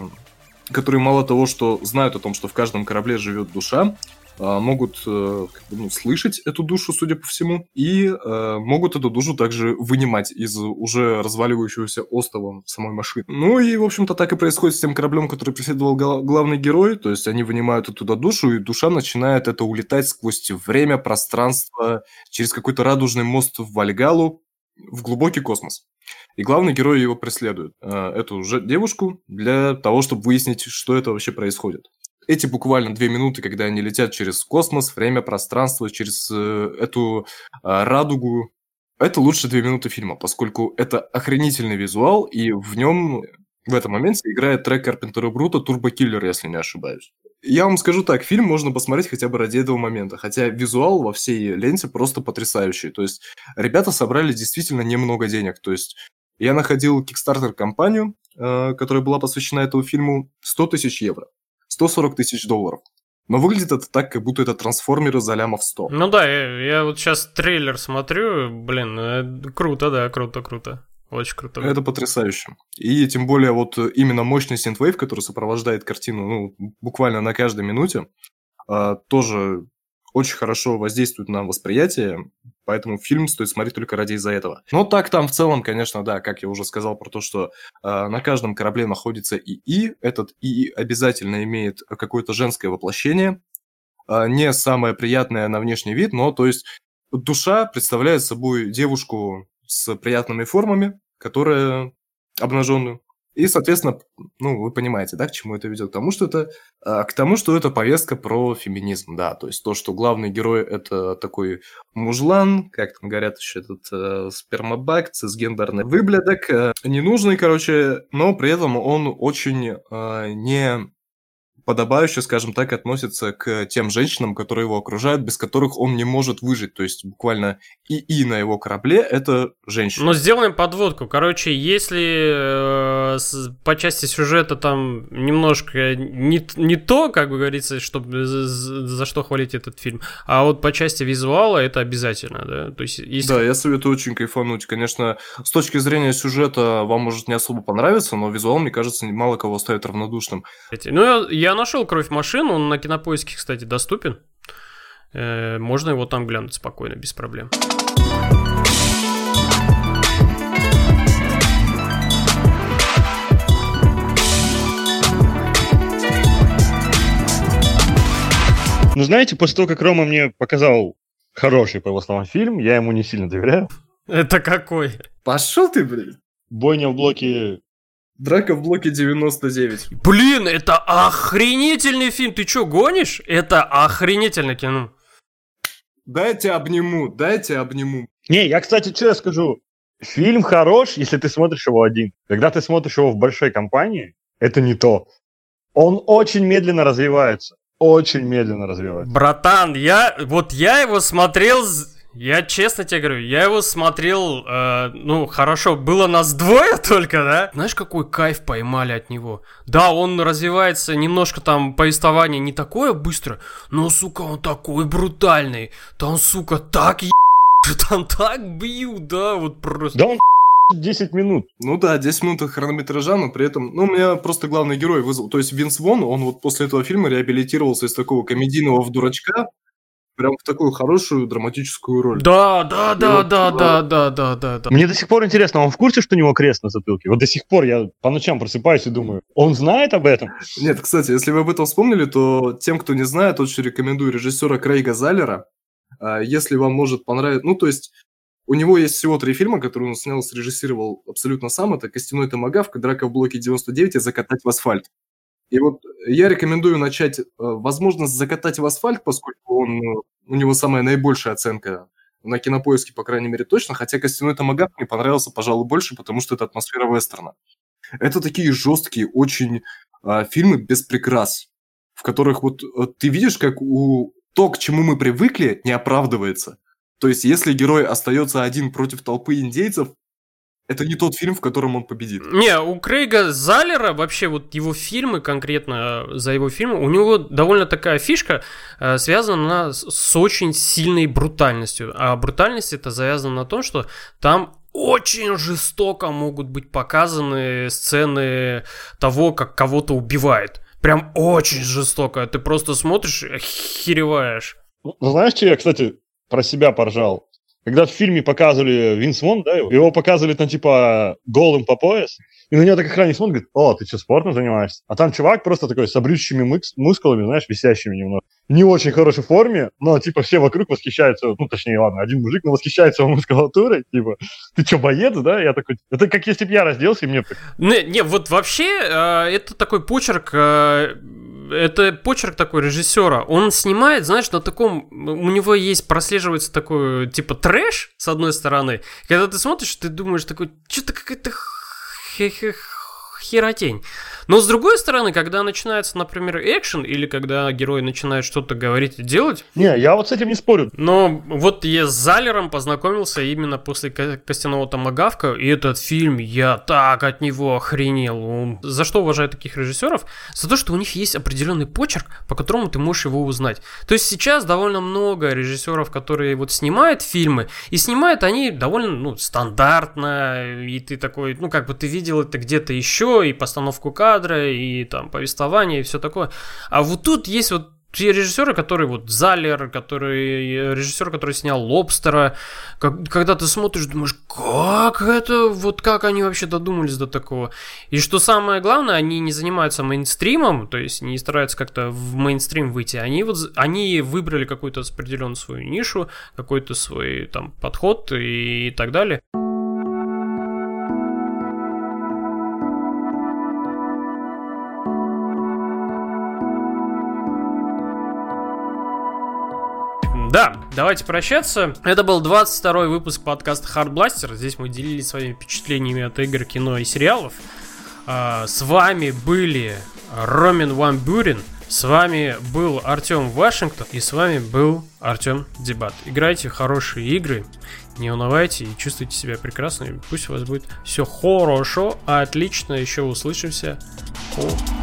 которые мало того, что знают о том, что в каждом корабле живет душа, могут слышать эту душу, судя по всему, и могут эту душу также вынимать из уже разваливающегося остова самой машины. Ну и, в общем-то, так и происходит с тем кораблем, который преследовал главный герой, то есть они вынимают оттуда душу, и душа начинает это улетать сквозь время, пространство, через какой-то радужный мост в Вальгалу, в глубокий космос. И главный герой его преследует, эту же девушку, для того, чтобы выяснить, что это вообще происходит. Эти буквально 2 минуты, когда они летят через космос, время, пространство, через эту радугу, это лучшие 2 минуты фильма, поскольку это охренительный визуал, и в нем в этом моменте играет трек Карпентера Брута «Turbo Killer», если не ошибаюсь. Я вам скажу так, фильм можно посмотреть хотя бы ради этого момента, хотя визуал во всей ленте просто потрясающий. То есть ребята собрали действительно немного денег. То есть я находил Kickstarter-компанию, которая была посвящена этому фильму, 100 тысяч евро. 140 тысяч долларов. Но выглядит это так, как будто это трансформеры за лямов 100. Ну да, я вот сейчас трейлер смотрю, блин, круто, да, круто. Очень круто. Это потрясающе. И тем более вот именно мощный синтвейв, который сопровождает картину, буквально на каждой минуте, тоже очень хорошо воздействует на восприятие, поэтому фильм стоит смотреть только ради из-за этого. Но так там в целом, конечно, да, как я уже сказал про то, что на каждом корабле находится ИИ, этот ИИ обязательно имеет какое-то женское воплощение, не самое приятное на внешний вид, но то есть душа представляет собой девушку с приятными формами, которая обнаженную. И, соответственно, вы понимаете, да, к чему это ведет? К тому, что это повестка про феминизм, да. То есть то, что главный герой – это такой мужлан, как там говорят еще, этот спермобак, цисгендерный выблядок, ненужный, короче, но при этом он очень не подобающе, скажем так, относится к тем женщинам, которые его окружают, без которых он не может выжить. То есть буквально ИИ на его корабле – это женщина. Но сделаем подводку. Короче, если по части сюжета там немножко не то, как бы говорится, чтобы за что хвалить этот фильм, а вот по части визуала это обязательно, да? То есть, если... Да, я советую очень кайфануть. Конечно, с точки зрения сюжета вам может не особо понравиться, но визуал, мне кажется, мало кого оставит равнодушным. Ну, я нашел «Кровь машин», он на Кинопоиске, кстати, доступен. Можно его там глянуть спокойно, без проблем. Ну, знаете, после того, как Рома мне показал хороший, по его словам, фильм, я ему не сильно доверяю. Это какой? Пошел ты, блин. Бойня в блоке... Драка в блоке 99. Блин, это охренительный фильм. Ты чё, гонишь? Это охренительное кино. Дайте обниму. Не, я, кстати, что я скажу. Фильм хорош, если ты смотришь его один. Когда ты смотришь его в большой компании, это не то. Он очень медленно развивается. Братан, я его смотрел... Я честно тебе говорю, я его смотрел, ну, хорошо, было нас двое только, да? Знаешь, какой кайф поймали от него? Да, он развивается, немножко там повествование не такое быстро, но, сука, он такой брутальный. Там, сука, так там так бьют, да, вот просто. Да он 10 минут. Ну да, 10 минут хронометража, но при этом... Ну, меня просто главный герой вызвал. То есть Винс Вон, он вот после этого фильма реабилитировался из такого комедийного в дурачка, прям в такую хорошую драматическую роль. Да. Мне до сих пор интересно, он в курсе, что у него крест на затылке? Вот до сих пор я по ночам просыпаюсь и думаю, он знает об этом? Нет, кстати, если вы об этом вспомнили, то тем, кто не знает, очень рекомендую режиссера Крейга Заллера. Если вам может понравиться... Ну, то есть, у него есть всего 3 фильма, которые он снял, срежиссировал абсолютно сам. Это «Костяной томагавк», «Драка в блоке 99» и «Закатать в асфальт». И вот я рекомендую начать, возможно, с «Закатать в асфальт», поскольку у него самая наибольшая оценка на Кинопоиске, по крайней мере, точно, хотя «Костяной томагавк» мне понравился, пожалуй, больше, потому что это атмосфера вестерна. Это такие жесткие очень фильмы без прикрас, в которых вот ты видишь, как то, к чему мы привыкли, не оправдывается. То есть, если герой остается один против толпы индейцев, это не тот фильм, в котором он победит. Не, у Крейга Заллера, вообще вот его фильмы, конкретно за его фильмы, у него довольно такая фишка, связана с очень сильной брутальностью. А брутальность это завязано на том, что там очень жестоко могут быть показаны сцены того, как кого-то убивает. Прям очень жестоко. Ты просто смотришь, охереваешь. Ну, знаешь, что я, кстати, про себя поржал? Когда в фильме показывали Винс Вон, да, его показывали там типа голым по пояс, и на него так охранник смотрит, говорит, о, ты что, спортом занимаешься? А там чувак просто такой с обрюзшими мускулами, знаешь, висящими немного. Не очень хорошей форме, но типа все вокруг восхищаются, ну точнее, ладно, один мужик, но восхищается его мускулатурой, типа, ты что, боец, да? Я такой, это как если бы я разделся, и мне... Не, вот вообще, это такой почерк... Это почерк такой режиссера. Он снимает, знаешь, на таком... У него есть, прослеживается такой, типа, трэш, с одной стороны. Когда ты смотришь, ты думаешь такой, что-то какая-то херотень. Но с другой стороны, когда начинается, например, экшен, или когда герой начинает что-то говорить и делать... Не, я вот с этим не спорю. Но вот я с Заллером познакомился именно после «Костяного томагавка», и этот фильм, я так от него охренел. За что уважаю таких режиссеров? За то, что у них есть определенный почерк, по которому ты можешь его узнать. То есть сейчас довольно много режиссеров, которые вот снимают фильмы, и снимают они довольно, стандартно, и ты такой, как бы ты видел это где-то еще, и постановку кадра, и там повествование, и все такое. А вот тут есть вот те режиссеры, которые вот Заллер, режиссер, который снял «Лобстера», когда ты смотришь, думаешь, как это, вот как они вообще додумались до такого. И что самое главное, они не занимаются мейнстримом, то есть не стараются как-то в мейнстрим выйти, они выбрали какую-то определенную свою нишу, какой-то свой там подход и так далее. Да, давайте прощаться. Это был 22-й выпуск подкаста Hard Blaster. Здесь мы делились своими впечатлениями от игр, кино и сериалов. С вами были Ромин Ван Бюрен, С вами был Артем Вашингтон, и с вами был Артем Дебат. Играйте в хорошие игры, не унывайте и чувствуйте себя прекрасно, и пусть у вас будет все хорошо, отлично, еще услышимся.